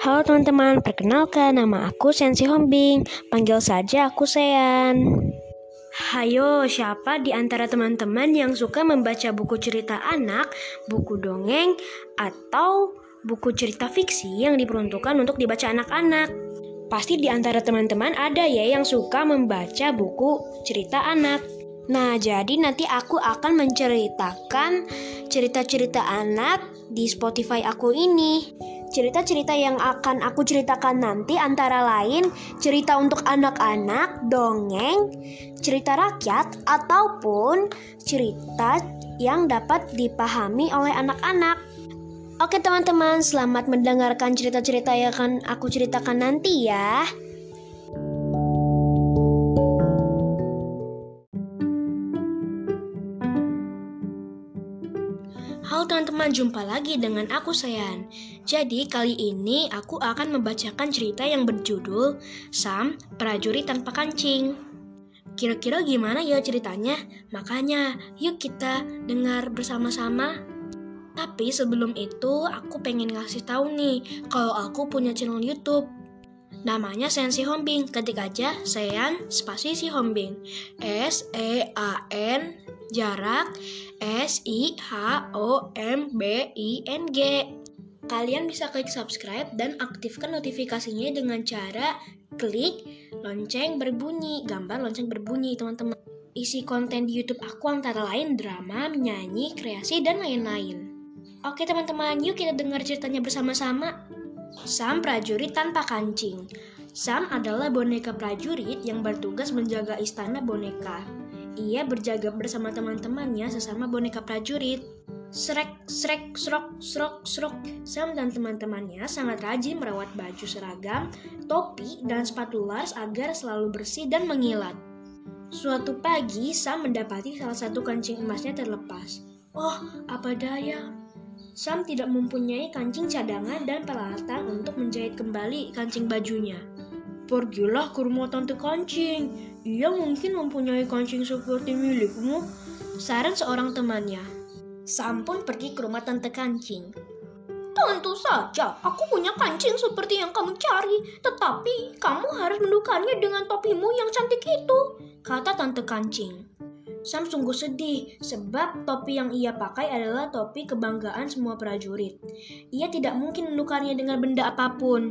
Halo teman-teman, perkenalkan nama aku Sensi Hombing, panggil saja aku Sean. Hayo, siapa di antara teman-teman yang suka membaca buku cerita anak, buku dongeng, atau buku cerita fiksi yang diperuntukkan untuk dibaca anak-anak? Pasti di antara teman-teman ada ya yang suka membaca buku cerita anak. Nah, jadi nanti aku akan menceritakan cerita-cerita anak di Spotify aku ini. Cerita-cerita yang akan aku ceritakan nanti antara lain cerita untuk anak-anak, dongeng, cerita rakyat, ataupun cerita yang dapat dipahami oleh anak-anak. Oke teman-teman, selamat mendengarkan cerita-cerita yang akan aku ceritakan nanti ya. Halo teman-teman, jumpa lagi dengan aku Sean. Jadi kali ini aku akan membacakan cerita yang berjudul Sam, Prajurit Tanpa Kancing. Kira-kira gimana ya ceritanya? Makanya yuk kita dengar bersama-sama. Tapi sebelum itu aku pengen ngasih tahu nih kalau aku punya channel YouTube. Namanya Sensi Hombing. Ketik aja Sean spasi si Hombing. SEAN jarak SIHOMBING. Kalian bisa klik subscribe dan aktifkan notifikasinya dengan cara klik lonceng berbunyi, gambar lonceng berbunyi teman-teman. Isi konten di YouTube aku antara lain drama, menyanyi, kreasi, dan lain-lain. Oke teman-teman, yuk kita dengar ceritanya bersama-sama. Sam, Prajurit Tanpa Kancing. Sam adalah boneka prajurit yang bertugas menjaga istana boneka. Ia berjaga bersama teman-temannya sesama boneka prajurit. Srek, srek, srok, srok, srok. Sam dan teman-temannya sangat rajin merawat baju seragam, topi, dan sepatu lars agar selalu bersih dan mengilat. Suatu pagi, Sam mendapati salah satu kancing emasnya terlepas. Oh, apa daya. Sam tidak mempunyai kancing cadangan dan peralatan untuk menjahit kembali kancing bajunya. Pergilah ke rumah Tante Kancing. Ia mungkin mempunyai kancing seperti milikmu, saran seorang temannya. Sam pun pergi ke rumah Tante Kancing. Tentu saja, aku punya kancing seperti yang kamu cari, tetapi kamu harus menukarnya dengan topimu yang cantik itu, kata Tante Kancing. Sam sungguh sedih sebab topi yang ia pakai adalah topi kebanggaan semua prajurit. Ia tidak mungkin menukarnya dengan benda apapun.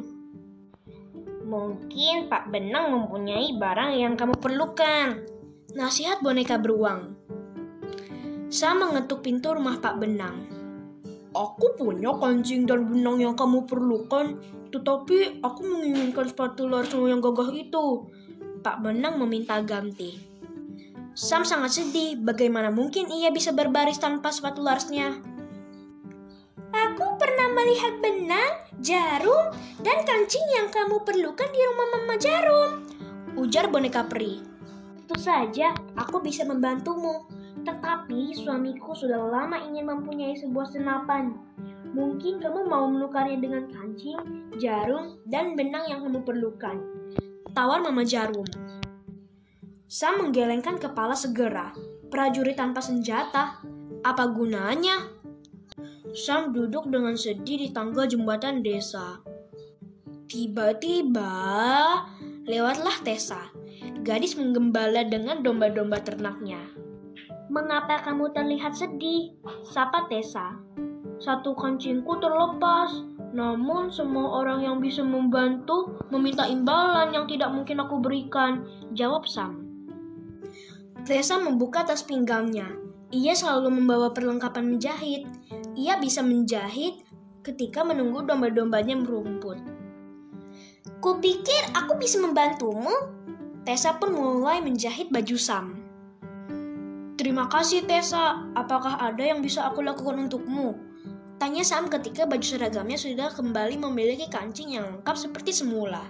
Mungkin Pak Benang mempunyai barang yang kamu perlukan, nasihat boneka beruang. Sam mengetuk pintu rumah Pak Benang. Aku punya kancing dan benang yang kamu perlukan, tetapi aku menginginkan sepatu larsmu yang gagah itu. Pak Benang meminta ganti. Sam sangat sedih, bagaimana mungkin ia bisa berbaris tanpa sepatu larsnya. Aku pernah melihat benang, jarum, dan kancing yang kamu perlukan di rumah Mama Jarum, ujar boneka peri. Tentu saja, aku bisa membantumu, tetapi suamiku sudah lama ingin mempunyai sebuah senapan. Mungkin kamu mau menukarnya dengan kancing, jarum, dan benang yang kamu perlukan, tawar Mama Jarum. Sam menggelengkan kepala segera. Prajurit tanpa senjata, apa gunanya? Sam duduk dengan sedih di tangga jembatan desa. Tiba-tiba, lewatlah Tessa, gadis menggembala dengan domba-domba ternaknya. Mengapa kamu terlihat sedih? Sapa Tessa. Satu kancingku terlepas, namun semua orang yang bisa membantu meminta imbalan yang tidak mungkin aku berikan, jawab Sam. Tessa membuka tas pinggangnya. Ia selalu membawa perlengkapan menjahit. Ia bisa menjahit ketika menunggu domba-dombanya merumput. Kupikir aku bisa membantumu. Tessa pun mulai menjahit baju Sam. Terima kasih Tessa. Apakah ada yang bisa aku lakukan untukmu? Tanya Sam ketika baju seragamnya sudah kembali memiliki kancing yang lengkap seperti semula.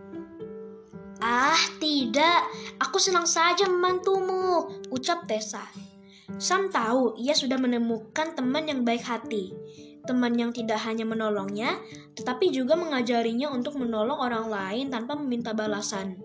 Ah, tidak. Aku senang saja membantumu, ucap Tessa. Sam tahu ia sudah menemukan teman yang baik hati. Teman yang tidak hanya menolongnya, tetapi juga mengajarinya untuk menolong orang lain tanpa meminta balasan.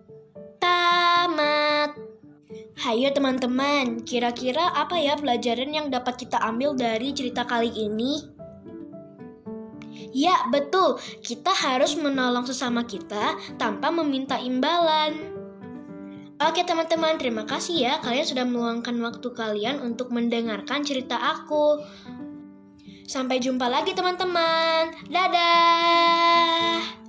Tamat. Hayo teman-teman, kira-kira apa ya pelajaran yang dapat kita ambil dari cerita kali ini? Ya, betul. Kita harus menolong sesama kita tanpa meminta imbalan. Oke teman-teman, terima kasih ya kalian sudah meluangkan waktu kalian untuk mendengarkan cerita aku. Sampai jumpa lagi teman-teman. Dadah.